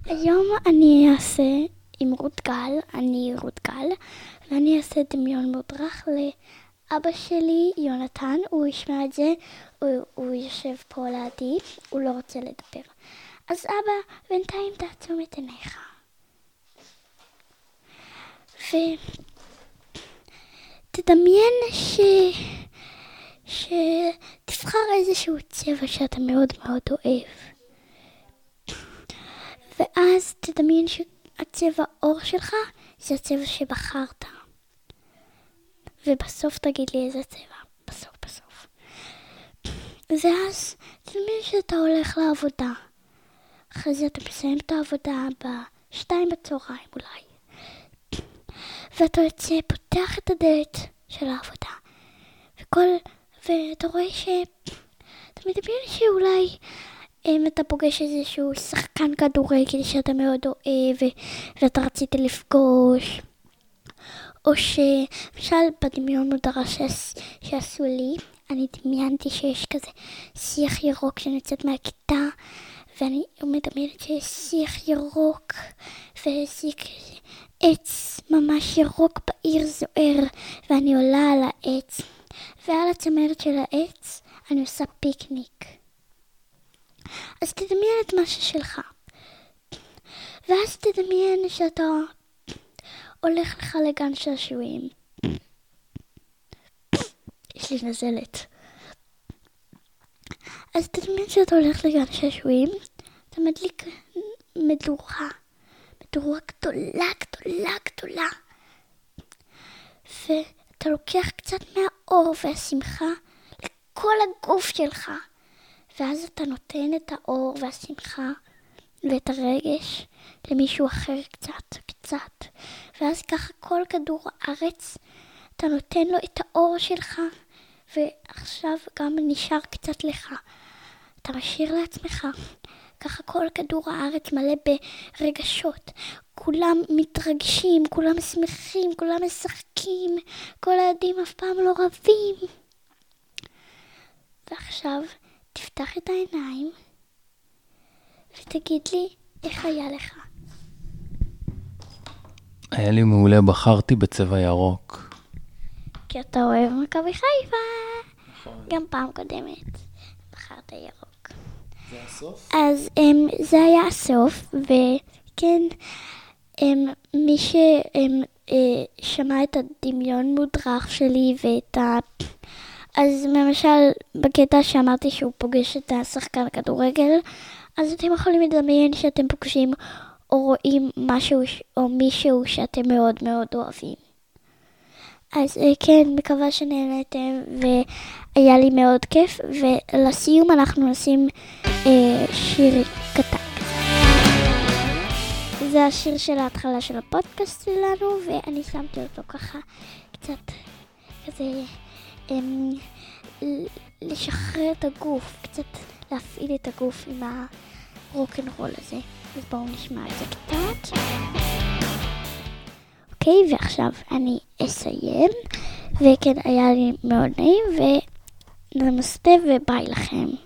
היום אני אעשה עם רות גל, אני רות גל, ואני אעשה דמיון מודרך לאבא שלי, יונתן. הוא ישמע את זה, הוא יושב פה לידי, הוא לא רוצה לדבר. אז אבא, בינתיים תעצום את עיניך. ותדמיין שתבחר איזשהו צבע שאתה מאוד מאוד אוהב. ואז תדמיין שהצבע אור שלך זה הצבע שבחרת. ובסוף תגיד לי איזה צבע. בסוף. ואז תדמיין שאתה הולך לעבודה. אחרי זה אתה מסיים את העבודה ב-2 בצהריים אולי. ואתה יוצא, פותח את הדלת של העבודה. ואתה רואה אתה מדמיין שאולי אתה פוגש איזשהו שחקן כדורגל שאתה מאוד אוהב ואתה רצית לפגוש. או למשל בדמיון מודרך שעשו לי, אני דמיינתי שיש כזה שיח ירוק שנצאת מהכיתה, ואני מדמיינת שיש שיח ירוק ושיח עץ ממש ירוק בעיר זוהר, ואני עולה על העץ, ועל הצמרת של העץ אני עושה פיקניק. אז תדמיין את מה ששלך, ואז תדמיין שאתה הולך לך לגן שעשועים. יש לי נזלת. אז תדמיין שאתה הולך לגן שעשועים, אתה מדליק מדורה גדולה, ואתה לוקח קצת מהאור והשמחה לכל הגוף שלך, ואז אתה נותן את האור והשמחה ואת הרגש למישהו אחר קצת, ואז ככה כל כדור הארץ אתה נותן לו את האור שלך, ועכשיו גם נשאר קצת לך, אתה משאיר לעצמך. ככה כל כדור הארץ מלא ברגשות, כולם מתרגשים, כולם שמחים, כולם משחקים, כל הילדים אף פעם לא רבים. ועכשיו תפתח את העיניים ותגיד לי איך היה לך. היה לי מעולה, בחרתי בצבע ירוק. כי אתה אוהב מכבי חיפה. גם פעם קודמת בחרת ירוק. זה הסוף? אז זה היה הסוף, וכן, מי ששמע את הדמיון מודרך שלי אז למשל בקטע שאמרתי שהוא פוגש את השחקן כדורגל, אז אתם יכולים לדמיין שאתם פוגשים או רואים משהו או מישהו שאתם מאוד מאוד אוהבים. אז כן, מקווה שנהנתם והיה לי מאוד כיף, ולסיום אנחנו נשים שיר קטן. זה השיר של ההתחלה של הפודקאסט שלנו, ואני שמתי אותו ככה קצת כזה לשחרר את הגוף, קצת להפעיל את הגוף עם הרוק'נ'רול הזה. אז בואו נשמע את זה קצת. אוקיי, ועכשיו אני אסיים, וכן היה לי מאוד נעים, ונמסתה וביי לכם.